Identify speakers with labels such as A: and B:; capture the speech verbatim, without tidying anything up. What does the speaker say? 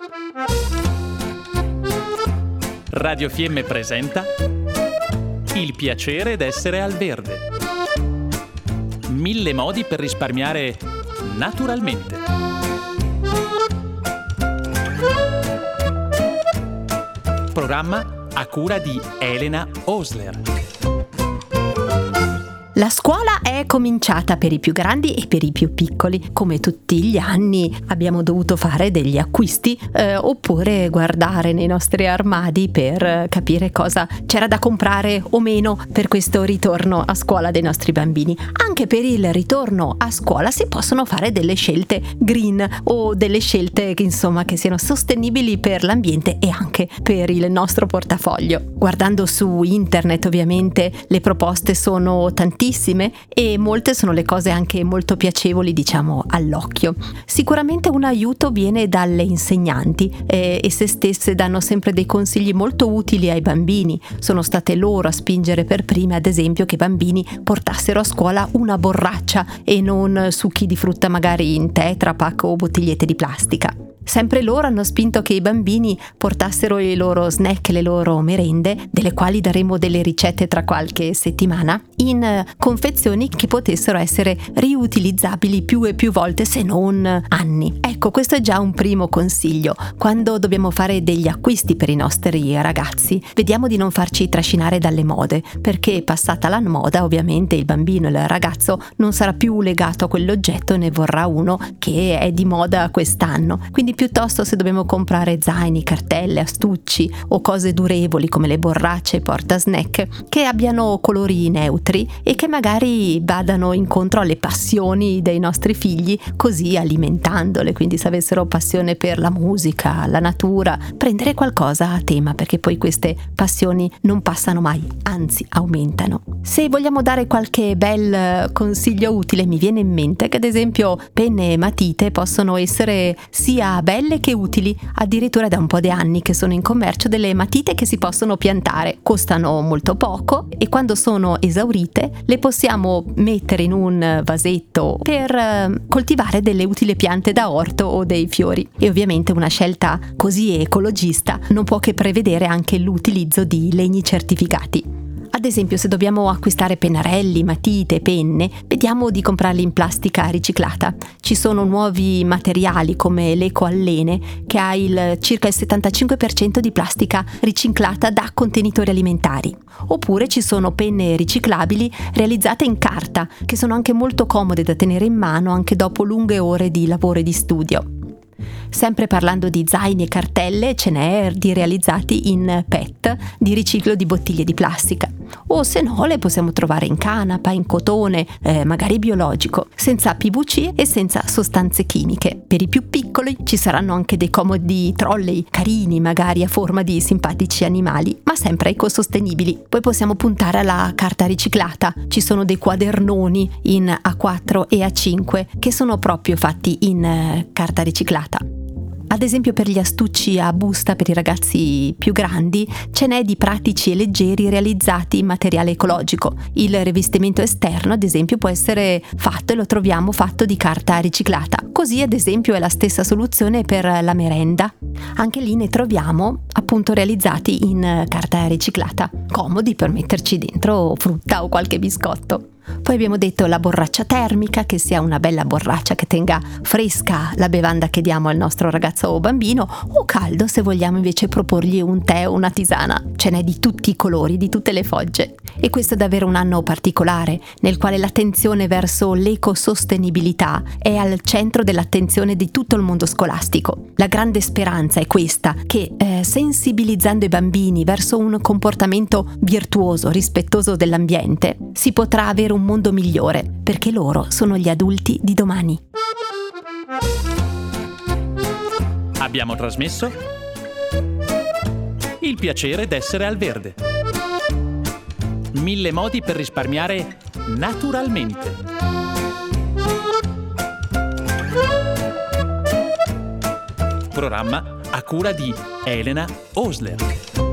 A: Radio Fiemme presenta Il piacere d'essere al verde. Mille modi per risparmiare naturalmente. Programma a cura di Elena Osler.
B: La scuola è cominciata per i più grandi e per i più piccoli. Come tutti gli anni abbiamo dovuto fare degli acquisti eh, oppure guardare nei nostri armadi per capire cosa c'era da comprare o meno per questo ritorno a scuola dei nostri bambini. Anche per il ritorno a scuola si possono fare delle scelte green o delle scelte che insomma che siano sostenibili per l'ambiente e anche per il nostro portafoglio. Guardando su internet ovviamente le proposte sono tantissime e molte sono le cose anche molto piacevoli, diciamo, all'occhio. Sicuramente un aiuto viene dalle insegnanti eh, e se stesse danno sempre dei consigli molto utili ai bambini. Sono state loro a spingere per prime, ad esempio, che i bambini portassero a scuola una borraccia e non succhi di frutta magari in Tetra Pak o bottigliette di plastica. Sempre loro hanno spinto che i bambini portassero i loro snack, le loro merende, delle quali daremo delle ricette tra qualche settimana, in confezioni che potessero essere riutilizzabili più e più volte, se non anni. Ecco, questo è già un primo consiglio. Quando dobbiamo fare degli acquisti per i nostri ragazzi, vediamo di non farci trascinare dalle mode, perché passata la moda, ovviamente il bambino, il ragazzo, non sarà più legato a quell'oggetto e ne vorrà uno che è di moda quest'anno. Quindi piuttosto, se dobbiamo comprare zaini, cartelle, astucci o cose durevoli come le borracce porta snack, che abbiano colori neutri e che magari vadano incontro alle passioni dei nostri figli, così alimentandole. Quindi se avessero passione per la musica, la natura, prendere qualcosa a tema, perché poi queste passioni non passano mai, anzi aumentano. Se vogliamo dare qualche bel consiglio utile, mi viene in mente che ad esempio penne e matite possono essere sia belle che utili. Addirittura da un po' di anni che sono in commercio delle matite che si possono piantare, costano molto poco e quando sono esaurite le possiamo mettere in un vasetto per coltivare delle utili piante da orto o dei fiori. E ovviamente una scelta così ecologista non può che prevedere anche l'utilizzo di legni certificati. Ad esempio, se dobbiamo acquistare pennarelli, matite, penne, vediamo di comprarli in plastica riciclata. Ci sono nuovi materiali come l'ecoallene che ha il circa il settantacinque per cento di plastica riciclata da contenitori alimentari. Oppure ci sono penne riciclabili realizzate in carta, che sono anche molto comode da tenere in mano anche dopo lunghe ore di lavoro e di studio. Sempre parlando di zaini e cartelle, ce n'è di realizzati in P E T, di riciclo di bottiglie di plastica. O se no le possiamo trovare in canapa, in cotone, eh, magari biologico, senza P V C e senza sostanze chimiche. Per i più piccoli ci saranno anche dei comodi trolley carini, magari a forma di simpatici animali, ma sempre ecosostenibili. Poi possiamo puntare alla carta riciclata. Ci sono dei quadernoni in A quattro e A cinque che sono proprio fatti in eh, carta riciclata. Ad esempio per gli astucci a busta per i ragazzi più grandi ce n'è di pratici e leggeri realizzati in materiale ecologico. Il rivestimento esterno ad esempio può essere fatto e lo troviamo fatto di carta riciclata. Così ad esempio è la stessa soluzione per la merenda. Anche lì ne troviamo appunto realizzati in carta riciclata, comodi per metterci dentro frutta o qualche biscotto. Poi abbiamo detto la borraccia termica, che sia una bella borraccia che tenga fresca la bevanda che diamo al nostro ragazzo o bambino, o caldo se vogliamo invece proporgli un tè o una tisana. Ce n'è di tutti i colori, di tutte le fogge. E questo è davvero un anno particolare, nel quale l'attenzione verso l'ecosostenibilità è al centro dell'attenzione di tutto il mondo scolastico. La grande speranza è questa, che eh, sensibilizzando i bambini verso un comportamento virtuoso, rispettoso dell'ambiente, si potrà avere un mondo migliore, perché loro sono gli adulti di domani.
A: Abbiamo trasmesso Il piacere d'essere al verde. Mille modi per risparmiare naturalmente. Programma a cura di Elena Osler.